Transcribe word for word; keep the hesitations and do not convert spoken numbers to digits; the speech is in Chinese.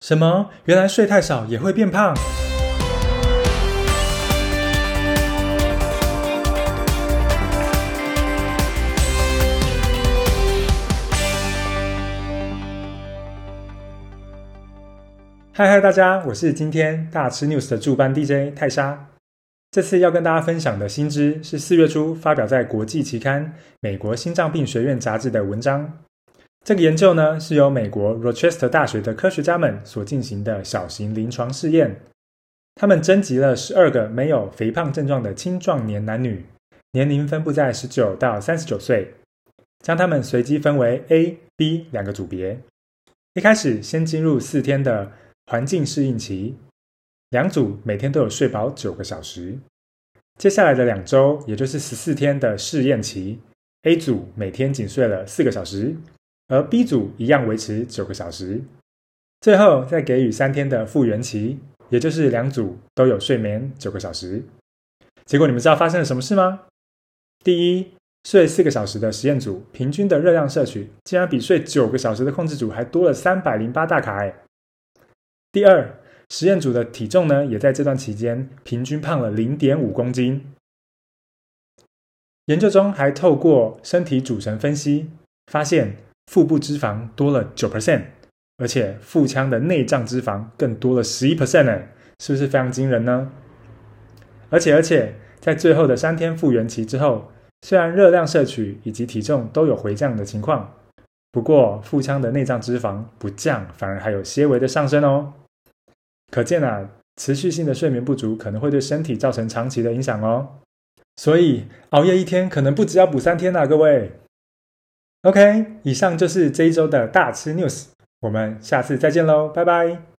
什么？原来睡太少也会变胖？嗨嗨，大家，我是今天大吃 News 的驻班 D J 泰莎。这次要跟大家分享的新知是四月初发表在国际期刊《美国心脏病学院杂志》的文章。这个研究呢，是由美国 Rochester 大学的科学家们所进行的小型临床试验。他们征集了十二个没有肥胖症状的青壮年男女，年龄分布在十九到三十九岁，将他们随机分为 A、B 两个组别。一开始先进入四天的环境适应期，两组每天都有睡饱九个小时。接下来的两周，也就是十四天的试验期， A 组每天仅睡了四个小时，而 B 组一样维持九个小时。最后再给予三天的复原期，也就是两组都有睡眠九个小时。结果你们知道发生了什么事吗？第一，睡四个小时的实验组平均的热量摄取竟然比睡九个小时的控制组还多了三百零八大卡耶。第二，实验组的体重呢，也在这段期间平均胖了 零点五公斤。研究中还透过身体组成分析，发现腹部脂肪多了 百分之九， 而且腹腔的内脏脂肪更多了 百分之十一， 是不是非常惊人呢？而且而且在最后的三天复原期之后，虽然热量摄取以及体重都有回降的情况，不过腹腔的内脏脂肪不降，反而还有些微的上升哦。可见啊，持续性的睡眠不足可能会对身体造成长期的影响哦。所以熬夜一天可能不只要补三天啊，各位。OK， 以上就是这一周的大吃 News， 我们下次再见喽，拜拜。